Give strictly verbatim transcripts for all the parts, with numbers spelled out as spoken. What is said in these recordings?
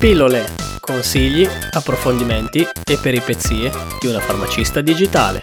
Pillole, consigli, approfondimenti e peripezie di una farmacista digitale.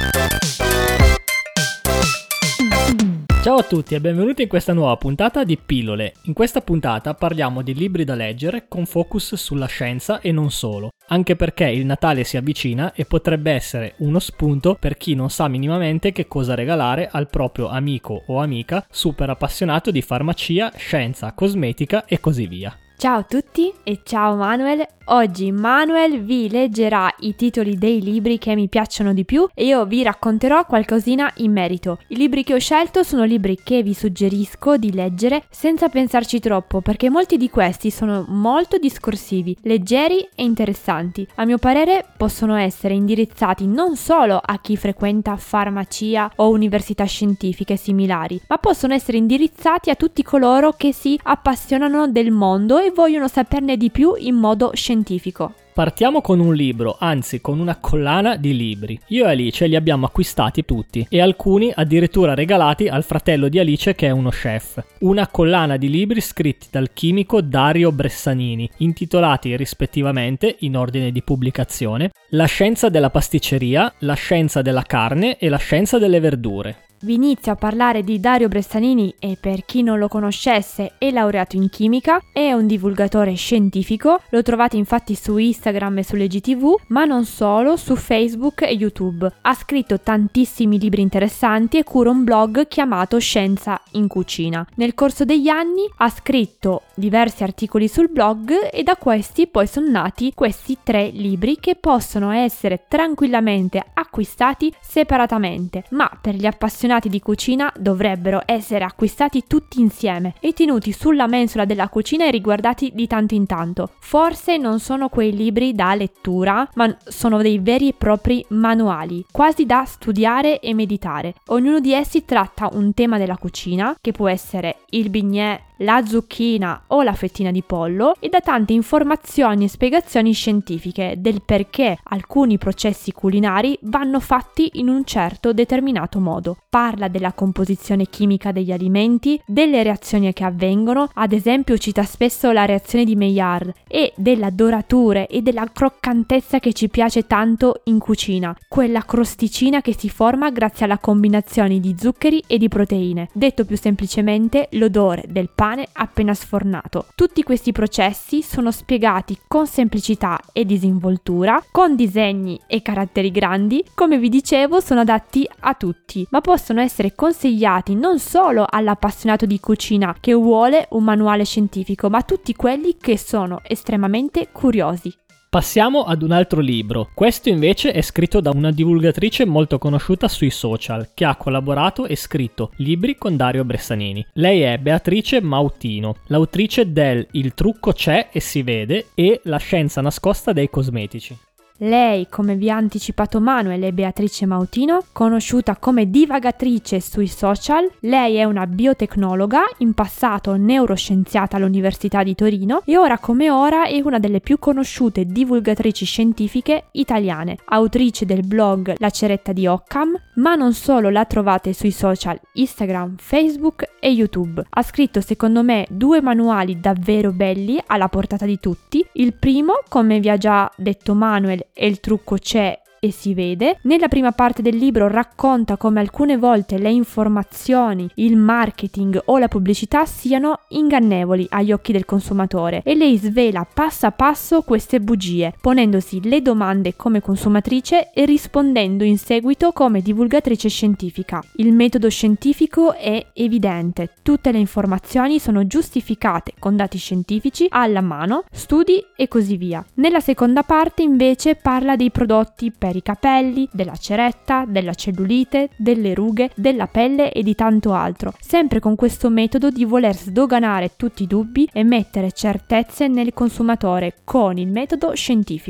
Ciao a tutti e benvenuti in questa nuova puntata di Pillole. In questa puntata parliamo di libri da leggere con focus sulla scienza e non solo, anche perché il Natale si avvicina e potrebbe essere uno spunto per chi non sa minimamente che cosa regalare al proprio amico o amica super appassionato di farmacia, scienza, cosmetica e così via. Ciao a tutti e ciao Manuel. Oggi Manuel vi leggerà i titoli dei libri che mi piacciono di più e io vi racconterò qualcosina in merito. I libri che ho scelto sono libri che vi suggerisco di leggere senza pensarci troppo, perché molti di questi sono molto discorsivi, leggeri e interessanti. A mio parere possono essere indirizzati non solo a chi frequenta farmacia o università scientifiche similari, ma possono essere indirizzati a tutti coloro che si appassionano del mondo e vogliono saperne di più in modo scientifico. Partiamo con un libro, anzi con una collana di libri. Io e Alice li abbiamo acquistati tutti e alcuni addirittura regalati al fratello di Alice che è uno chef. Una collana di libri scritti dal chimico Dario Bressanini, intitolati rispettivamente, in ordine di pubblicazione, La scienza della pasticceria, La scienza della carne e La scienza delle verdure. Vi inizio a parlare di Dario Bressanini e per chi non lo conoscesse è laureato in chimica, è un divulgatore scientifico, lo trovate infatti su Instagram e sulle G T V, ma non solo, su Facebook e YouTube. Ha scritto tantissimi libri interessanti e cura un blog chiamato Scienza in Cucina. Nel corso degli anni ha scritto diversi articoli sul blog e da questi poi sono nati questi tre libri che possono essere tranquillamente acquistati separatamente, ma per gli appassionati di cucina dovrebbero essere acquistati tutti insieme e tenuti sulla mensola della cucina e riguardati di tanto in tanto. Forse non sono quei libri da lettura, ma sono dei veri e propri manuali, quasi da studiare e meditare. Ognuno di essi tratta un tema della cucina, che può essere il bignè, la zucchina o la fettina di pollo, e dà tante informazioni e spiegazioni scientifiche del perché alcuni processi culinari vanno fatti in un certo determinato modo. Parla della composizione chimica degli alimenti, delle reazioni che avvengono, ad esempio cita spesso la reazione di Maillard, e della doratura e della croccantezza che ci piace tanto in cucina, quella crosticina che si forma grazie alla combinazione di zuccheri e di proteine, detto più semplicemente l'odore del pane appena sfornato. Tutti questi processi sono spiegati con semplicità e disinvoltura, con disegni e caratteri grandi. Come vi dicevo, sono adatti a tutti, ma possono essere consigliati non solo all'appassionato di cucina che vuole un manuale scientifico, ma a tutti quelli che sono estremamente curiosi. Passiamo ad un altro libro. Questo invece è scritto da una divulgatrice molto conosciuta sui social, che ha collaborato e scritto libri con Dario Bressanini. Lei è Beatrice Mautino, l'autrice del Il trucco c'è e si vede e La scienza nascosta dei cosmetici. Lei, come vi ha anticipato Manuel, è Beatrice Mautino, conosciuta come divagatrice sui social. Lei è una biotecnologa, in passato neuroscienziata all'Università di Torino e ora come ora è una delle più conosciute divulgatrici scientifiche italiane, autrice del blog La ceretta di Occam, ma non solo, la trovate sui social Instagram, Facebook e YouTube. Ha scritto secondo me due manuali davvero belli alla portata di tutti. Il primo, come vi ha già detto Manuel, e il trucco c'è e si vede. Nella prima parte del libro racconta come alcune volte le informazioni, il marketing o la pubblicità siano ingannevoli agli occhi del consumatore e lei svela passo a passo queste bugie, ponendosi le domande come consumatrice e rispondendo in seguito come divulgatrice scientifica. Il metodo scientifico è evidente, tutte le informazioni sono giustificate con dati scientifici alla mano, studi e così via. Nella seconda parte invece parla dei prodotti per i capelli, della ceretta, della cellulite, delle rughe, della pelle e di tanto altro, sempre con questo metodo di voler sdoganare tutti i dubbi e mettere certezze nel consumatore con il metodo scientifico.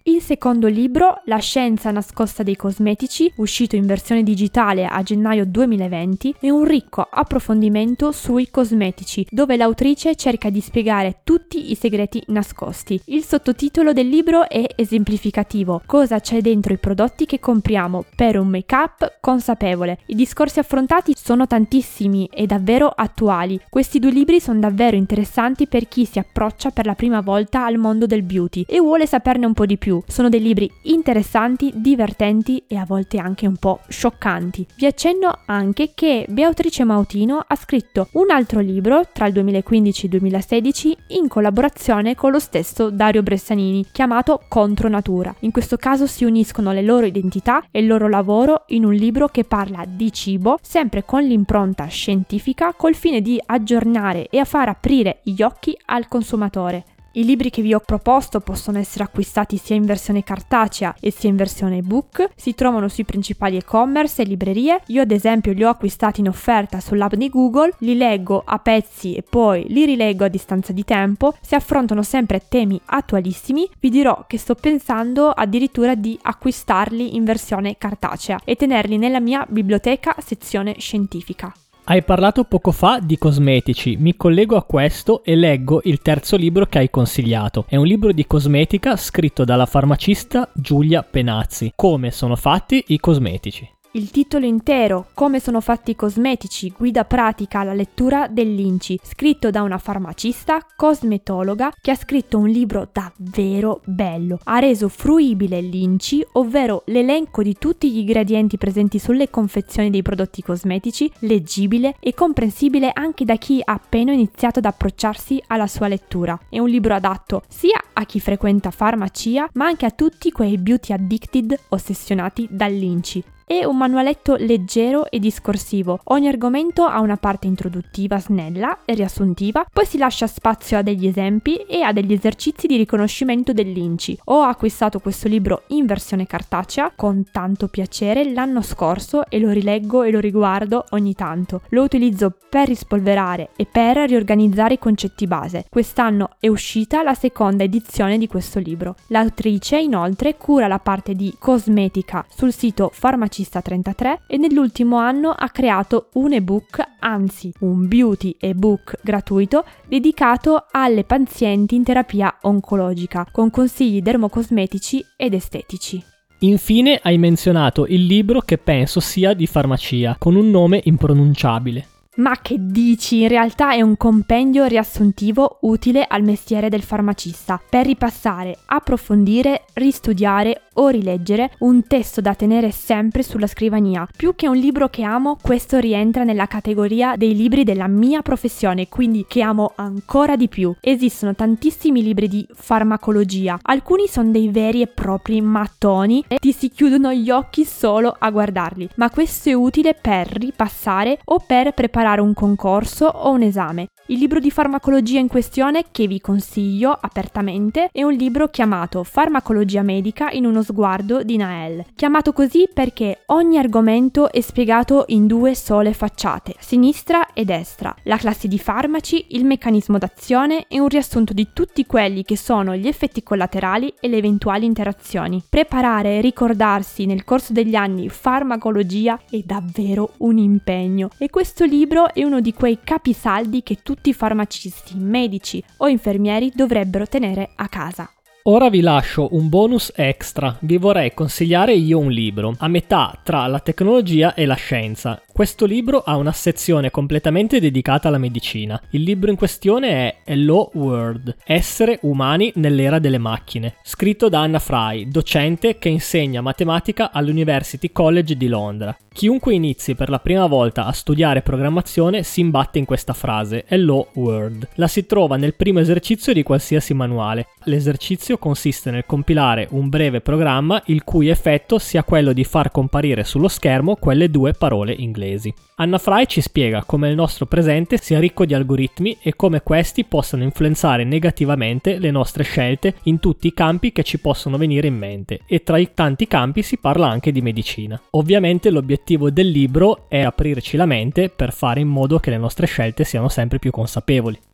Il secondo libro, La scienza nascosta dei cosmetici, uscito in versione digitale a gennaio duemilaventi, è un ricco approfondimento sui cosmetici, dove l'autrice cerca di spiegare tutti i segreti nascosti. Il sottotitolo del libro è esemplificativo: cosa c'è dentro i prodotti che compriamo per un make-up consapevole. I discorsi affrontati sono tantissimi e davvero attuali. Questi due libri sono davvero interessanti per chi si approccia per la prima volta al mondo del beauty e vuole saperne un po' di più. Sono dei libri interessanti, divertenti e a volte anche un po' scioccanti. Vi accenno anche che Beatrice Mautino ha scritto un altro libro tra il duemilaquindici e il duemilasedici in collaborazione con lo stesso Dario Bressanini, chiamato Contro Natura. In questo caso si uniscono le loro identità e il loro lavoro in un libro che parla di cibo, sempre con l'impronta scientifica, col fine di aggiornare e a far aprire gli occhi al consumatore. I libri che vi ho proposto possono essere acquistati sia in versione cartacea e sia in versione ebook, si trovano sui principali e-commerce e librerie. Io ad esempio li ho acquistati in offerta sull'app di Google, li leggo a pezzi e poi li rileggo a distanza di tempo, si affrontano sempre temi attualissimi. Vi dirò che sto pensando addirittura di acquistarli in versione cartacea e tenerli nella mia biblioteca sezione scientifica. Hai parlato poco fa di cosmetici, mi collego a questo e leggo il terzo libro che hai consigliato. È un libro di cosmetica scritto dalla farmacista Giulia Penazzi. Come sono fatti i cosmetici? Il titolo intero, Come sono fatti i cosmetici, guida pratica alla lettura dell'I N C I, scritto da una farmacista cosmetologa che ha scritto un libro davvero bello. Ha reso fruibile l'I N C I, ovvero l'elenco di tutti gli ingredienti presenti sulle confezioni dei prodotti cosmetici, leggibile e comprensibile anche da chi ha appena iniziato ad approcciarsi alla sua lettura. È un libro adatto sia a chi frequenta farmacia, ma anche a tutti quei beauty addicted ossessionati dall'I N C I. È un manualetto leggero e discorsivo. Ogni argomento ha una parte introduttiva snella e riassuntiva, poi si lascia spazio a degli esempi e a degli esercizi di riconoscimento dell'I N C I. Ho acquistato questo libro in versione cartacea con tanto piacere l'anno scorso e lo rileggo e lo riguardo ogni tanto. Lo utilizzo per rispolverare e per riorganizzare i concetti base. Quest'anno è uscita la seconda edizione di questo libro. L'autrice inoltre cura la parte di cosmetica sul sito Farmacista trentatré e nell'ultimo anno ha creato un ebook, anzi un beauty ebook gratuito dedicato alle pazienti in terapia oncologica con consigli dermocosmetici ed estetici. Infine hai menzionato il libro che penso sia di farmacia, con un nome impronunciabile. Ma che dici? In realtà è un compendio riassuntivo utile al mestiere del farmacista per ripassare, approfondire, ristudiare o rileggere un testo da tenere sempre sulla scrivania. Più che un libro che amo, questo rientra nella categoria dei libri della mia professione, quindi che amo ancora di più. Esistono tantissimi libri di farmacologia, alcuni sono dei veri e propri mattoni e ti si chiudono gli occhi solo a guardarli, ma questo è utile per ripassare o per preparare un concorso o un esame. Il libro di farmacologia in questione, che vi consiglio apertamente, è un libro chiamato Farmacologia medica in uno sguardo di Nael. Chiamato così perché ogni argomento è spiegato in due sole facciate, sinistra e destra, la classe di farmaci, il meccanismo d'azione e un riassunto di tutti quelli che sono gli effetti collaterali e le eventuali interazioni. Preparare e ricordarsi nel corso degli anni farmacologia è davvero un impegno e questo libro è uno di quei capisaldi che tutti i farmacisti, medici o infermieri dovrebbero tenere a casa. Ora vi lascio un bonus extra, vi vorrei consigliare io un libro, a metà tra la tecnologia e la scienza. Questo libro ha una sezione completamente dedicata alla medicina. Il libro in questione è Hello World, Essere umani nell'era delle macchine, scritto da Anna Fry, docente che insegna matematica all'University College di Londra. Chiunque inizi per la prima volta a studiare programmazione si imbatte in questa frase, Hello World. La si trova nel primo esercizio di qualsiasi manuale. L'esercizio consiste nel compilare un breve programma il cui effetto sia quello di far comparire sullo schermo quelle due parole inglesi. Anna Fry ci spiega come il nostro presente sia ricco di algoritmi e come questi possano influenzare negativamente le nostre scelte in tutti i campi che ci possono venire in mente, e tra i tanti campi si parla anche di medicina. Ovviamente l'obiettivo del libro è aprirci la mente per fare in modo che le nostre scelte siano sempre più consapevoli.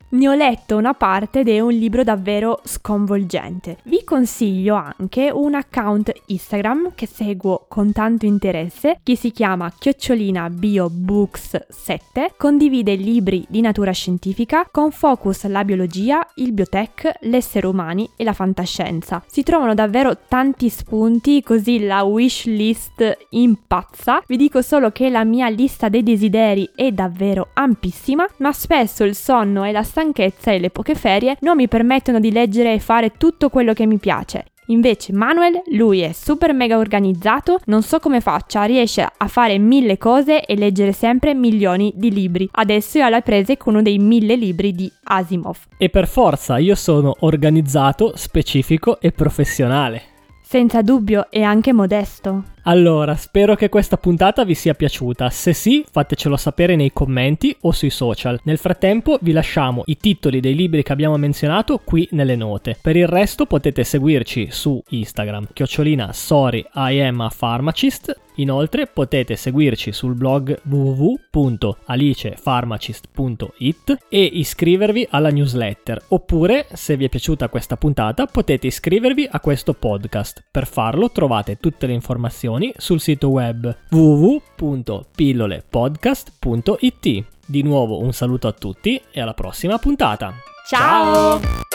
Ne ho letto una parte ed è un libro davvero sconvolgente. Vi consiglio anche un account Instagram che seguo con tanto interesse, che si chiama chiocciolina biobooks sette, condivide libri di natura scientifica con focus la biologia, il biotech, l'essere umani e la fantascienza. Si trovano davvero tanti spunti, così la wish list impazza. Vi dico solo che la mia lista dei desideri è davvero ampissima, ma spesso il sonno e la stanchezza e le poche ferie non mi permettono di leggere e fare tutto quello che mi piace. Invece Manuel, lui è super mega organizzato, non so come faccia, riesce a fare mille cose e leggere sempre milioni di libri. Adesso è alle prese con uno dei mille libri di Asimov. E per forza, io sono organizzato, specifico e professionale. Senza dubbio e anche modesto. Allora, spero che questa puntata vi sia piaciuta. Se sì, fatecelo sapere nei commenti o sui social. Nel frattempo vi lasciamo i titoli dei libri che abbiamo menzionato qui nelle note. Per il resto potete seguirci su Instagram, chiocciolina sorry I am a pharmacist. Inoltre potete seguirci sul blog w w w punto alicepharmacist punto it e iscrivervi alla newsletter. Oppure, se vi è piaciuta questa puntata, potete iscrivervi a questo podcast. Per farlo trovate tutte le informazioni sul sito web w w w punto pillolepodcast punto it. Di nuovo un saluto a tutti e alla prossima puntata. Ciao! Ciao!